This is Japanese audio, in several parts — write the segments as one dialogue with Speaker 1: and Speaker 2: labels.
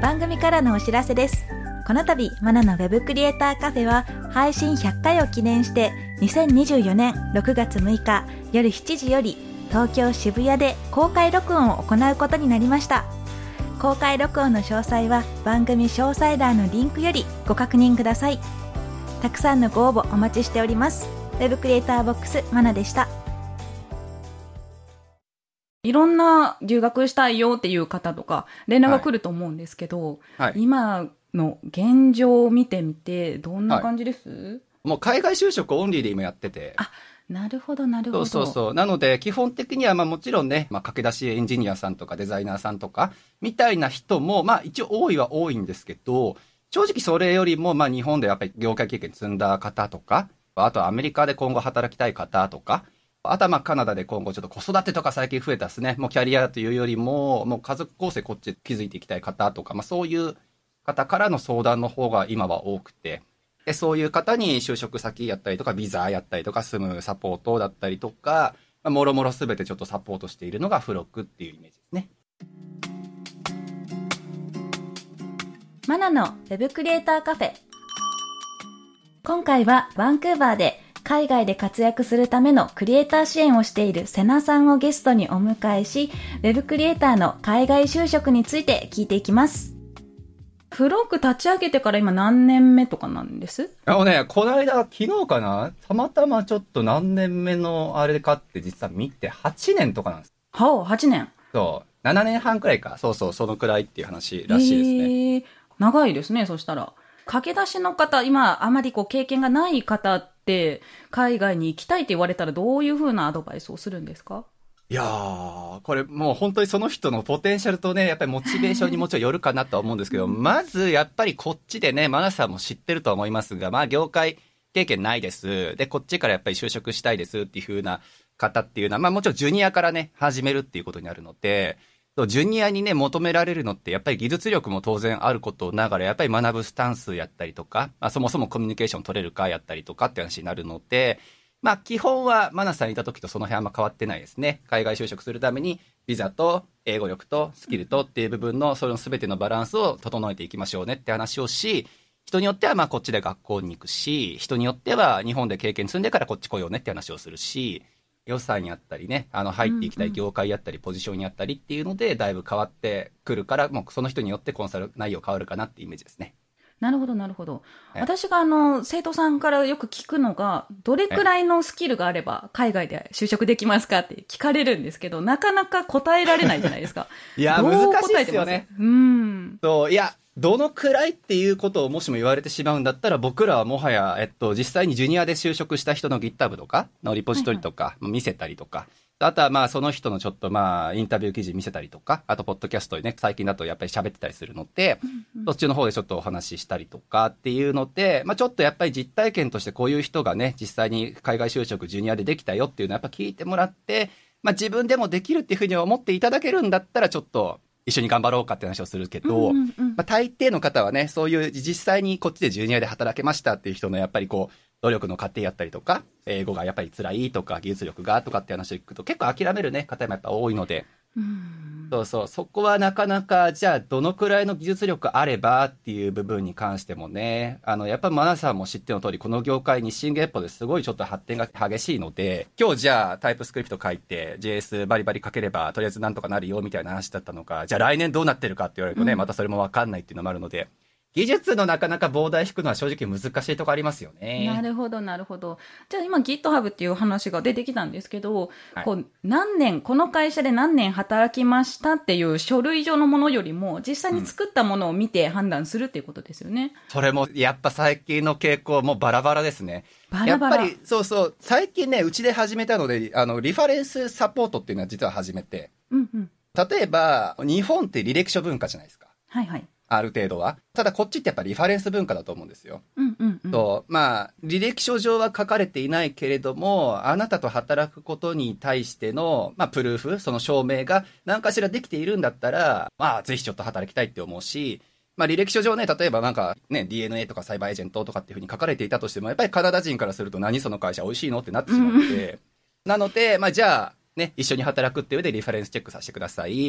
Speaker 1: 番組からのお知らせです。この度マナのウェブクリエイターカフェは配信100回を記念して2024年6月6日夜7時より東京渋谷で公開録音を行うことになりました。公開録音の詳細は番組詳細欄のリンクよりご確認ください。たくさんのご応募お待ちしております。ウェブクリエイターボックスマナでした。いろんな留学したいよっていう方とか連絡が来ると思うんですけど、今の現状を見てみてどんな感じです？
Speaker 2: もう海外就職オンリーで今やってて。
Speaker 1: なるほどなるほど。
Speaker 2: そうなので基本的にはもちろんね、駆け出しエンジニアさんとかデザイナーさんとかみたいな人も一応多いは多いんですけど、正直それよりも日本でやっぱり業界経験積んだ方とか、あとはアメリカで今後働きたい方とか、あとはカナダで今後ちょっと子育てとか最近増えたですね。もうキャリアというよりももう家族構成こっち築いていきたい方とか、そういう方からの相談の方が今は多くて、でそういう方に就職先やったりとかビザやったりとか住むサポートだったりとか、もろもろすべてちょっとサポートしているのがフロックっていうイメージですね。
Speaker 1: マナのウェブクリエイターカフェ。今回はバンクーバーで海外で活躍するためのクリエイター支援をしているセナさんをゲストにお迎えし、ウェブクリエイターの海外就職について聞いていきます。フロック立ち上げてから今何年目とかなんです？
Speaker 2: この間、昨日かな、たまたまちょっと何年目のあれかって実は見て8年とかなんです。
Speaker 1: 8年。
Speaker 2: そう。7年半くらいか。そう、そのくらいっていう話らしいですね。
Speaker 1: 長いですね、そしたら。駆け出しの方、今あまり経験がない方って海外に行きたいって言われたらどういう風なアドバイスをするんですか？
Speaker 2: いやー、これもう本当にその人のポテンシャルとね、やっぱりモチベーションにもちろんよるかなとは思うんですけど、まずやっぱりこっちでね、マナさんも知ってるとは思いますが、業界経験ないです。で、こっちからやっぱり就職したいですっていう風な方っていうのは、もちろんジュニアからね、始めるっていうことになるので、ジュニアにね、求められるのって、やっぱり技術力も当然あることながら、やっぱり学ぶスタンスやったりとか、そもそもコミュニケーション取れるかやったりとかって話になるので、基本はマナさんいた時とその辺は変わってないですね。海外就職するために、ビザと英語力とスキルとっていう部分の、その全てのバランスを整えていきましょうねって話をし、人によってはこっちで学校に行くし、人によっては日本で経験積んでからこっち来ようねって話をするし、予算やったりね、入っていきたい業界やったり、ポジションやったりっていうので、だいぶ変わってくるから、もうその人によってコンサル内容変わるかなっていうイメージですね。
Speaker 1: なるほどなるほど。私が生徒さんからよく聞くのが、どれくらいのスキルがあれば海外で就職できますかって聞かれるんですけど、なかなか答えられないじゃないですか。
Speaker 2: いや難しいですよね。いやどのくらいっていうことをもしも言われてしまうんだったら、僕らはもはや、実際にジュニアで就職した人の GitHub とかのリポジトリとか見せたりとか、あとはその人のちょっとインタビュー記事見せたりとか、あとポッドキャストでね、最近だとやっぱり喋ってたりするので、そっちの方でちょっとお話ししたりとかっていうので、ちょっとやっぱり実体験としてこういう人がね、実際に海外就職ジュニアでできたよっていうのをやっぱ聞いてもらって、自分でもできるっていうふうに思っていただけるんだったら、ちょっと一緒に頑張ろうかって話をするけど、大抵の方はね、そういう実際にこっちでジュニアで働けましたっていう人のやっぱり努力の過程やったりとか、英語がやっぱり辛いとか技術力がとかって話を聞くと結構諦めるね方もやっぱ多いので、そこはなかなかじゃあどのくらいの技術力あればっていう部分に関してもね、やっぱマナさんも知っての通り、この業界日進月歩ですごいちょっと発展が激しいので、今日じゃあタイプスクリプト書いて JS バリバリ書ければとりあえずなんとかなるよみたいな話だったのか、じゃあ来年どうなってるかって言われるとね、またそれも分かんないっていうのもあるので、技術のなかなか膨大引くのは正直難しいところありますよね。
Speaker 1: なるほどなるほど。じゃあ今 GitHub っていう話が出てきたんですけど、何年この会社で何年働きましたっていう書類上のものよりも実際に作ったものを見て判断するっていうことですよね。
Speaker 2: それもやっぱ最近の傾向もバラバラですね。やっぱりそう最近ね、うちで始めたのでリファレンスサポートっていうのは実は始めて、例えば日本って履歴書文化じゃないですか。ある程度は。ただこっちってやっぱリファレンス文化だと思うんですよ。履歴書上は書かれていないけれども、あなたと働くことに対しての、プルーフ、その証明が何かしらできているんだったら、ぜひちょっと働きたいって思うし、履歴書上ね、例えばDNA とかサイバーエージェントとかっていうふうに書かれていたとしても、やっぱりカナダ人からすると何その会社美味しいのってなってしまって、なので、じゃあ、ね、一緒に働くっていう上でリファレンスチェックさせてください。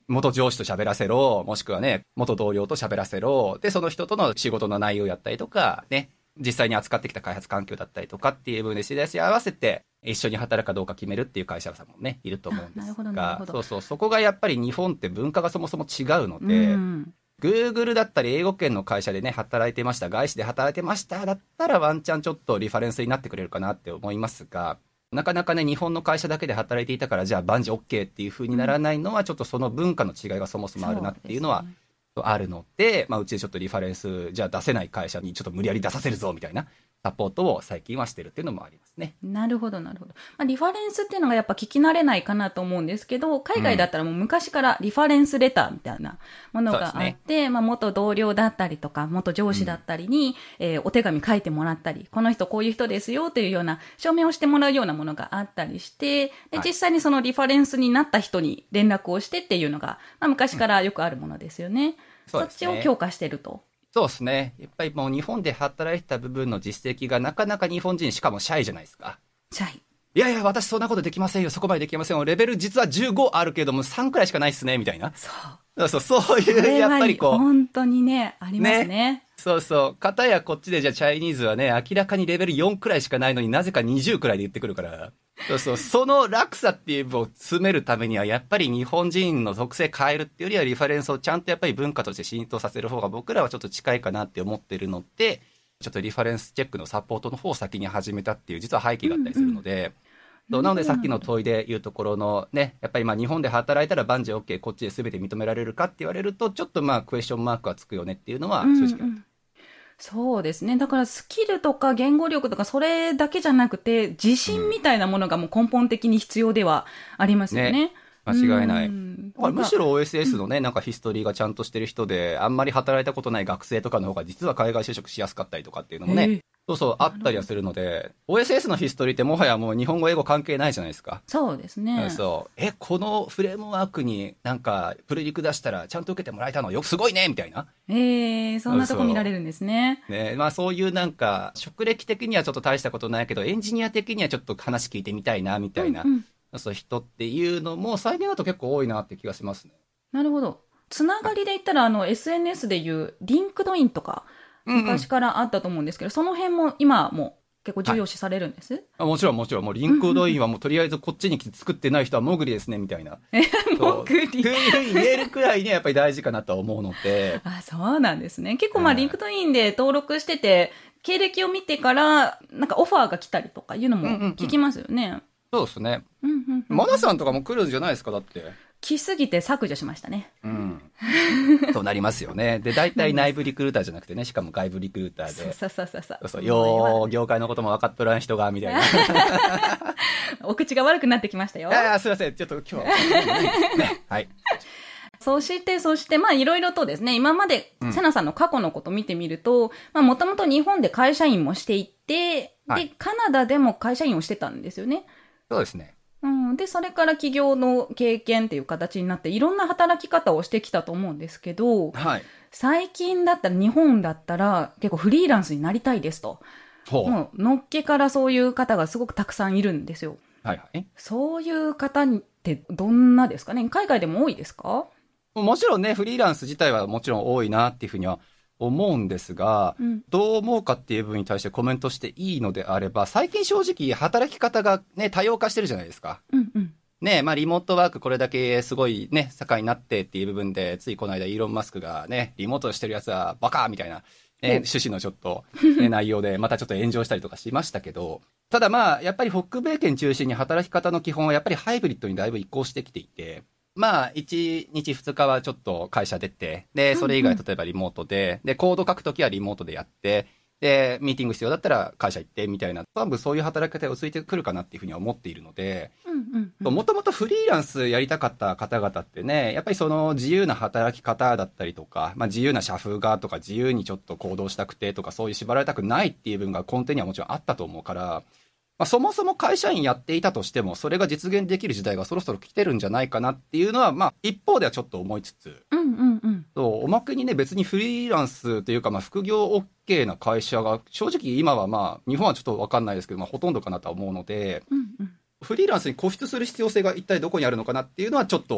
Speaker 2: 元上司と喋らせろ、もしくはね、元同僚と喋らせろ、で、その人との仕事の内容やったりとか、ね、実際に扱ってきた開発環境だったりとかっていう部分で知り出し合わせて、一緒に働くかどうか決めるっていう会社さんもね、いると思うんですが、そこがやっぱり日本って文化がそもそも違うので、Google だったり英語圏の会社でね、働いてました、外資で働いてました、だったらワンチャンちょっとリファレンスになってくれるかなって思いますが、なかなかね、日本の会社だけで働いていたから、じゃあ万事 OK っていう風にならないのは、ちょっとその文化の違いがそもそもあるなっていうのは、あるので、うちでちょっとリファレンス、じゃあ出せない会社にちょっと無理やり出させるぞ、みたいなサポートを最近はしてるっていうのもありますね。
Speaker 3: なるほど、なるほど。リファレンスっていうのがやっぱ聞き慣れないかなと思うんですけど、海外だったらもう昔からリファレンスレターみたいなものがあって、元同僚だったりとか、元上司だったりに、お手紙書いてもらったり、この人こういう人ですよというような証明をしてもらうようなものがあったりして、で実際にそのリファレンスになった人に連絡をしてっていうのが、昔からよくあるものですよね。そっちを強化してると。
Speaker 2: そうですね。やっぱりもう日本で働いてた部分の実績がなかなか日本人しかもシャイじゃないですか。
Speaker 3: シャイ。
Speaker 2: いやいや、私そんなことできませんよ。そこまでできませんよ。レベル実は15あるけども3くらいしかないっすね。みたいな。そういう、やっぱりこう。
Speaker 3: 本当にね、ありますね。
Speaker 2: そうそう。片やこっちでじゃあチャイニーズはね、明らかにレベル4くらいしかないのになぜか20くらいで言ってくるから。その落差っていうのを詰めるためには、やっぱり日本人の属性変えるっていうよりはリファレンスをちゃんとやっぱり文化として浸透させる方が僕らはちょっと近いかなって思ってるので、ちょっとリファレンスチェックのサポートの方を先に始めたっていう実は背景があったりするので、なのでさっきの問いで言うところのね、やっぱり日本で働いたら万事 OK、こっちで全て認められるかって言われると、ちょっとクエスチョンマークはつくよねっていうのは正直ある。
Speaker 3: そうですね。だからスキルとか言語力とかそれだけじゃなくて、自信みたいなものがもう根本的に必要ではありますよね。
Speaker 2: 間違いない。むしろ OSS のね、なんかヒストリーがちゃんとしてる人で、あんまり働いたことない学生とかの方が実は海外就職しやすかったりとかっていうのもね、あったりはするので、OSS のヒストリーってもはやもう日本語英語関係ないじゃないですか。
Speaker 3: そうですね。
Speaker 2: このフレームワークになんかプレリク出したらちゃんと受けてもらえたのよ、すごいねみたいな。
Speaker 3: そんなとこ見られるんですね。
Speaker 2: そういうなんか、職歴的にはちょっと大したことないけど、エンジニア的にはちょっと話聞いてみたいな、みたいな。人っていうのも最近だと結構多いなって気がしますね。
Speaker 3: なるほど。つながりで言ったらSNS でいうリンクドインとか昔からあったと思うんですけど、その辺も今も結構重要視されるんです、
Speaker 2: もちろんもうリンクドインはもうとりあえずこっちに来て作ってない人はモグリですねみたいな
Speaker 3: モグリ
Speaker 2: 言えるくらいにやっぱり大事かなと思うので
Speaker 3: そうなんですね。結構リンクドインで登録してて経歴を見てからなんかオファーが来たりとかいうのも聞きますよね。
Speaker 2: そうですね。マナさんとかも来るんじゃないですか。だって
Speaker 3: 来すぎて削除しましたね。
Speaker 2: となりますよね。で大体内部リクルーターじゃなくてね、しかも外部リクルーターでよ業界のことも分かっとらん人がみたいな
Speaker 3: お口が悪くなってきましたよ。
Speaker 2: すいません、ちょっと今日はね、はい。
Speaker 3: そしていろいろとですね、今までセナさんの過去のことを見てみると、もともと日本で会社員もしていて、でカナダでも会社員をしてたんですよね。
Speaker 2: そうですね。
Speaker 3: でそれから企業の経験っていう形になっていろんな働き方をしてきたと思うんですけど、最近だったら日本だったら結構フリーランスになりたいですと、もうのっけからそういう方がすごくたくさんいるんですよ。そういう方ってどんなですかね。海外でも多いですか？
Speaker 2: もちろんね、フリーランス自体はもちろん多いなっていうふうには思うんですが、どう思うかっていう部分に対してコメントしていいのであれば、最近正直働き方がね、多様化してるじゃないですか。ね、リモートワークこれだけすごいね、盛んになってっていう部分で、ついこの間イーロン・マスクがね、リモートしてるやつはバカみたいな、趣旨のちょっと、内容でまたちょっと炎上したりとかしましたけど、ただやっぱり北米圏中心に働き方の基本はやっぱりハイブリッドにだいぶ移行してきていて、1日2日はちょっと会社出て、で、それ以外例えばリモートで、コード書くときはリモートでやって、で、ミーティング必要だったら会社行ってみたいな、多分そういう働き方がついてくるかなっていうふうには思っているので、もともとフリーランスやりたかった方々ってね、やっぱりその自由な働き方だったりとか、自由な社風がとか自由にちょっと行動したくてとかそういう縛られたくないっていう部分が根底にはもちろんあったと思うから、そもそも会社員やっていたとしても、それが実現できる時代がそろそろ来てるんじゃないかなっていうのは、一方ではちょっと思いつつ、おまけにね、別にフリーランスというか、副業 OK な会社が、正直今は日本はちょっとわかんないですけど、ほとんどかなとは思うので、フリーランスに固執する必要性が一体どこにあるのかなっていうのはちょっと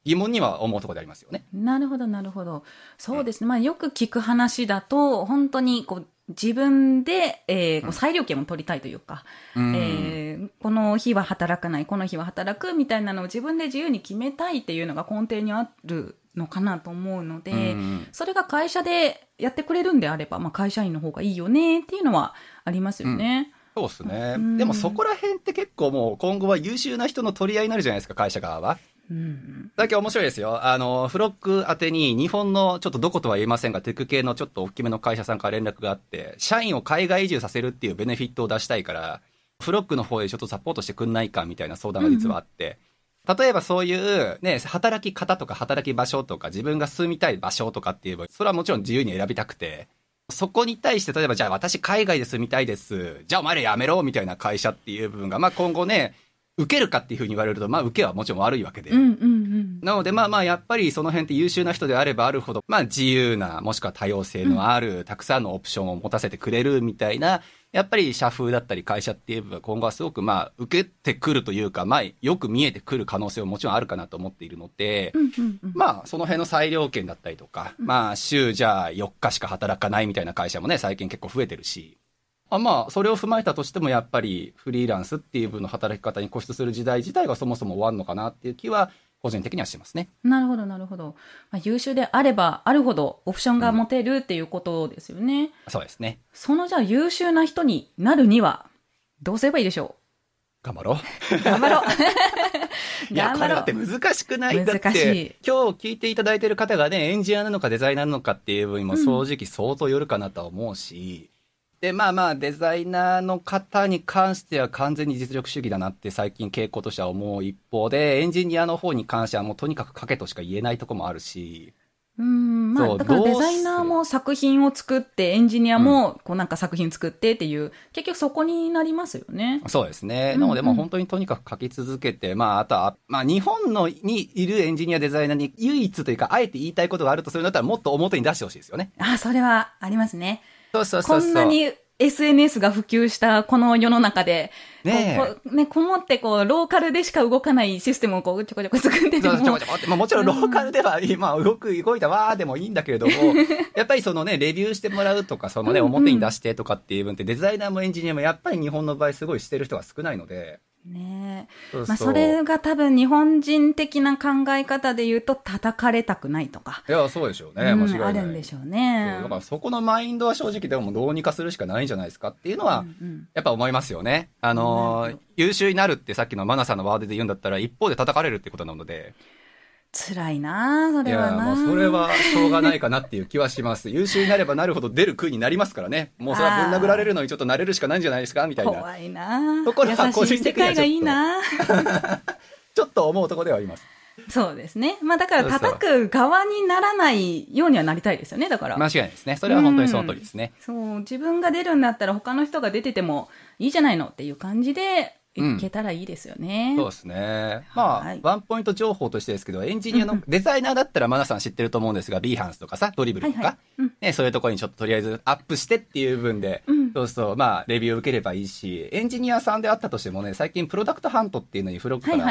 Speaker 2: 疑問には思うところでありますよね。
Speaker 3: なるほど、なるほど。そうですね。まあよく聞く話だと、本当にこう、自分で、裁量権を取りたいというか、この日は働かない、この日は働くみたいなのを自分で自由に決めたいっていうのが根底にあるのかなと思うので、それが会社でやってくれるんであれば、まあ会社員の方がいいよねっていうのはありますよね。
Speaker 2: そうですね。でもそこら辺って結構もう今後は優秀な人の取り合いになるじゃないですか、会社側は。だけ面白いですよ。フロック宛てに日本のちょっとどことは言えませんが、テック系のちょっと大きめの会社さんから連絡があって、社員を海外移住させるっていうベネフィットを出したいから、フロックの方でちょっとサポートしてくんないかみたいな相談が実はあって、例えばそういうね、働き方とか働き場所とか自分が住みたい場所とかっていう、それはもちろん自由に選びたくて、そこに対して例えばじゃあ私海外で住みたいです。じゃあお前らやめろみたいな会社っていう部分が、まあ今後ね、受けるかっていうふうに言われると、まあ受けはもちろん悪いわけで。なのでまあまあやっぱりその辺って優秀な人であればあるほど、まあ自由な、もしくは多様性のある、たくさんのオプションを持たせてくれるみたいな、やっぱり社風だったり会社っていう部分は今後はすごくまあ受けてくるというか、まあよく見えてくる可能性はもちろんあるかなと思っているので、まあその辺の裁量権だったりとか、まあ週じゃあ4日しか働かないみたいな会社もね、最近結構増えてるし、まあそれを踏まえたとしてもやっぱりフリーランスっていう分の働き方に固執する時代自体がそもそも終わるのかなっていう気は個人的にはしてますね。
Speaker 3: なるほど、なるほど。まあ、優秀であればあるほどオプションが持てるっていうことですよね。
Speaker 2: そうですね。
Speaker 3: そのじゃあ優秀な人になるにはどうすればいいでしょ
Speaker 2: う。頑張ろう。
Speaker 3: 頑張ろう。
Speaker 2: いや、これだって難しくない？だって今日聞いていただいている方がね、エンジニアなのかデザイナーなのかっていう部分にも正直相当よるかなとは思うし、で、まあまあ、デザイナーの方に関しては完全に実力主義だなって最近傾向としては思う一方で、エンジニアの方に関してはもうとにかく書けとしか言えないところもあるし。
Speaker 3: まあ、だからデザイナーも作品を作って、エンジニアもこうなんか作品作ってっていう、結局そこになりますよね。
Speaker 2: そうですね。なのでもう本当にとにかく書き続けて、まああとは、まあ日本にいるエンジニアデザイナーに唯一というか、あえて言いたいことがあるとするんだったらもっと表に出してほしいですよね。
Speaker 3: あ、それはありますね。
Speaker 2: そう
Speaker 3: こんなに SNS が普及したこの世の中で、こもってこう、ローカルでしか動かないシステムをこう、ちょこちょこ作ってても。
Speaker 2: まあもちろんローカルでは今動いたわーでもいいんだけれども、やっぱりそのね、レビューしてもらうとか、そのね、表に出してとかっていう分ってデザイナーもエンジニアもやっぱり日本の場合すごいしてる人が少ないので、
Speaker 3: ねえ。まあそれが多分日本人的な考え方で言うと叩かれたくないとか。
Speaker 2: いや、そうでしょうね。間違いない。
Speaker 3: あるんでしょうね。
Speaker 2: だからそこのマインドは正直でもどうにかするしかないんじゃないですかっていうのは、やっぱ思いますよね。優秀になるってさっきのマナさんのワードで言うんだったら一方で叩かれるってことなので。
Speaker 3: 辛いなそれはな。
Speaker 2: いや、もうそれはしょうがないかなっていう気はします。優秀になればなるほど出る杭になりますからね。もうそれはぶん殴られるのにちょっと慣れるしかないんじゃないですかみたいな。
Speaker 3: 怖いな
Speaker 2: ところは個人的には
Speaker 3: 優しい世界がいいな
Speaker 2: ちょっと思うところではあります。
Speaker 3: そうですね。まあだから叩く側にならないようにはなりたいですよね、だから。
Speaker 2: 間違いないですね。それは本当にその通りですね。
Speaker 3: そう、自分が出るんだったら他の人が出ててもいいじゃないのっていう感じで、いけたらいいですよね。
Speaker 2: そうですね。まあ、ワンポイント情報としてですけど、エンジニアのデザイナーだったらマナさん知ってると思うんですが、ビーハンスとかさ、ドリブルとか、ね、そういうところにちょっととりあえずアップしてっていう部分で、そうそう、まあ、レビューを受ければいいし、エンジニアさんであったとしてもね、最近プロダクトハントっていうのにフロックから、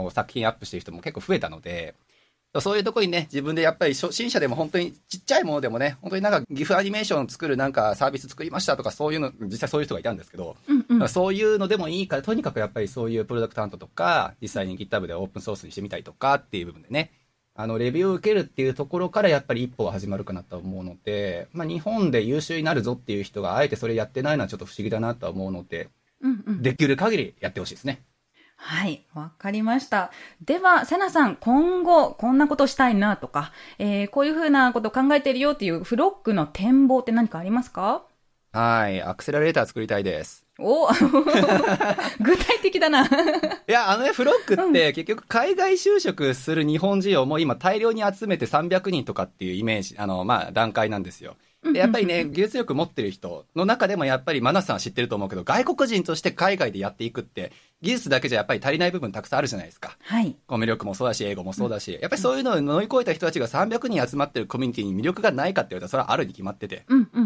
Speaker 2: 作品アップしてる人も結構増えたので、そういうところにね、自分でやっぱり初心者でも本当にちっちゃいものでもね、本当になんかギフアニメーション作るなんかサービス作りましたとかそういうの、実際そういう人がいたんですけど、そういうのでもいいから、とにかくやっぱりそういうプロダクトハントとか、実際に GitHub でオープンソースにしてみたりとかっていう部分でね、レビューを受けるっていうところからやっぱり一歩は始まるかなと思うので、まあ日本で優秀になるぞっていう人があえてそれやってないのはちょっと不思議だなとは思うので、できる限りやってほしいですね。
Speaker 3: はい、わかりました。では、セナさん、今後、こんなことしたいなとか、こういうふうなことを考えているよっていうフロックの展望って何かありますか？
Speaker 2: はい、アクセラレーター作りたいです。
Speaker 3: お具体的だな。い
Speaker 2: や、フロックって結局海外就職する日本人をもう今大量に集めて300人とかっていうイメージ、まあ段階なんですよ。で、やっぱりね、技術力持ってる人の中でもやっぱりマナさんは知ってると思うけど、外国人として海外でやっていくって、技術だけじゃやっぱり足りない部分たくさんあるじゃないですか。
Speaker 3: はい。
Speaker 2: コミュ力もそうだし、英語もそうだし、やっぱりそういうのを乗り越えた人たちが300人集まってるコミュニティに魅力がないかって言われたらそれはあるに決まってて。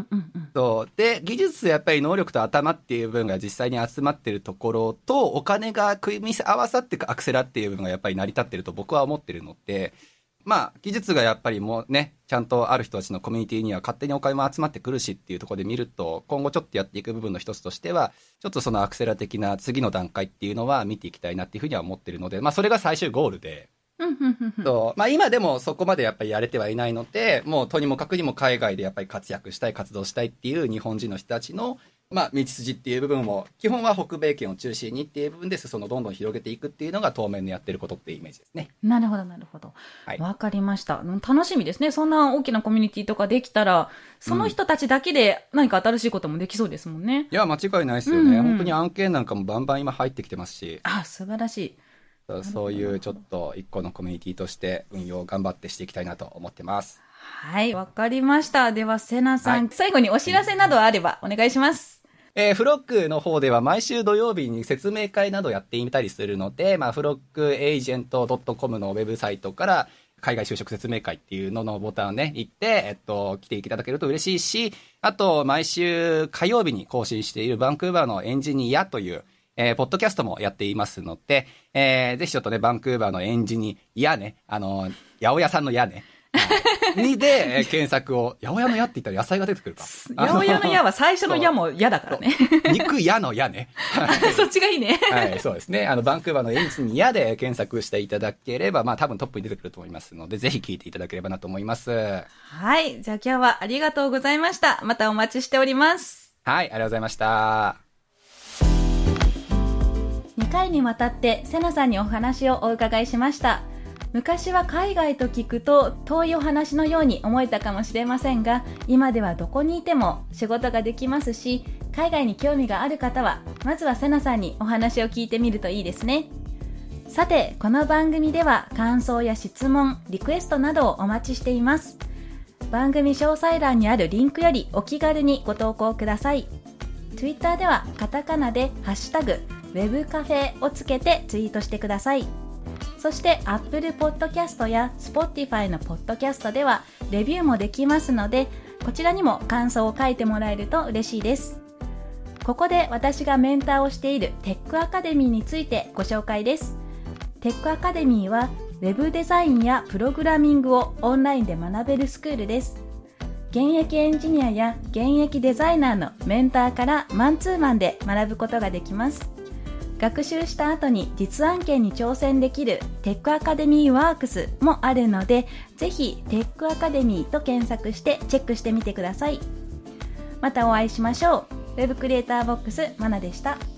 Speaker 2: そうで技術やっぱり能力と頭っていう部分が実際に集まってるところとお金が組み合わさってアクセラっていう部分がやっぱり成り立ってると僕は思ってるので、まあ技術がやっぱりもうねちゃんとある人たちのコミュニティには勝手にお金も集まってくるしっていうところで見ると、今後ちょっとやっていく部分の一つとしてはちょっとそのアクセラ的な次の段階っていうのは見ていきたいなっていうふうには思ってるので、まあそれが最終ゴールでまあ今でもそこまでやっぱりやれてはいないので、もうとにもかくにも海外でやっぱり活躍したい活動したいっていう日本人の人たちのまあ道筋っていう部分も基本は北米圏を中心にっていう部分で裾野をどんどん広げていくっていうのが当面のやってることっていうイメージですね。
Speaker 3: なるほどなるほど、
Speaker 2: はい、
Speaker 3: わかりました。楽しみですね。そんな大きなコミュニティとかできたらその人たちだけで何か新しいこともできそうですもんね。
Speaker 2: いや間違いないですよね、本当に案件なんかもバンバン今入ってきてますし、
Speaker 3: あ、素晴らしい。
Speaker 2: そういうちょっと一個のコミュニティとして運用を頑張ってしていきたいなと思ってます。
Speaker 3: はい、わかりました。ではセナさん、最後にお知らせなどあればお願いします。
Speaker 2: フロックの方では毎週土曜日に説明会などやってみたりするので、まあ、フロックエージェント .com のウェブサイトから海外就職説明会っていうののボタンをね、行って、来ていただけると嬉しいし、あと、毎週火曜日に更新しているバンクーバーのエンジニアという、ポッドキャストもやっていますので、ぜひちょっとね、バンクーバーのエンジニアね、八百屋さんの屋ね、にで、検索を、八百屋の屋って言ったら野菜が出てくるか。
Speaker 3: 八百屋の屋は最初の屋も屋だからね。
Speaker 2: 肉屋の屋ね。
Speaker 3: そっちがいいね。
Speaker 2: はい、そうですね。バンクーバーのエンジニアで検索していただければ、まあ多分トップに出てくると思いますので、ぜひ聞いていただければなと思います。
Speaker 3: はい。じゃあ今日はありがとうございました。またお待ちしております。
Speaker 2: はい、ありがとうございました。
Speaker 1: 2回にわたってセナさんにお話をお伺いしました。昔は海外と聞くと遠いお話のように思えたかもしれませんが、今ではどこにいても仕事ができますし、海外に興味がある方はまずはセナさんにお話を聞いてみるといいですね。さて、この番組では感想や質問、リクエストなどをお待ちしています。番組詳細欄にあるリンクよりお気軽にご投稿ください。Twitter ではカタカナでハッシュタグウェブカフェをつけてツイートしてください。そして Apple Podcast や Spotify の Podcast ではレビューもできますので、こちらにも感想を書いてもらえると嬉しいです。ここで私がメンターをしているテックアカデミーについてご紹介です。テックアカデミーはウェブデザインやプログラミングをオンラインで学べるスクールです。現役エンジニアや現役デザイナーのメンターからマンツーマンで学ぶことができます。学習した後に実案件に挑戦できるテックアカデミーワークスもあるので、ぜひテックアカデミーと検索してチェックしてみてください。またお会いしましょう。ウェブクリエイターボックスマナでした。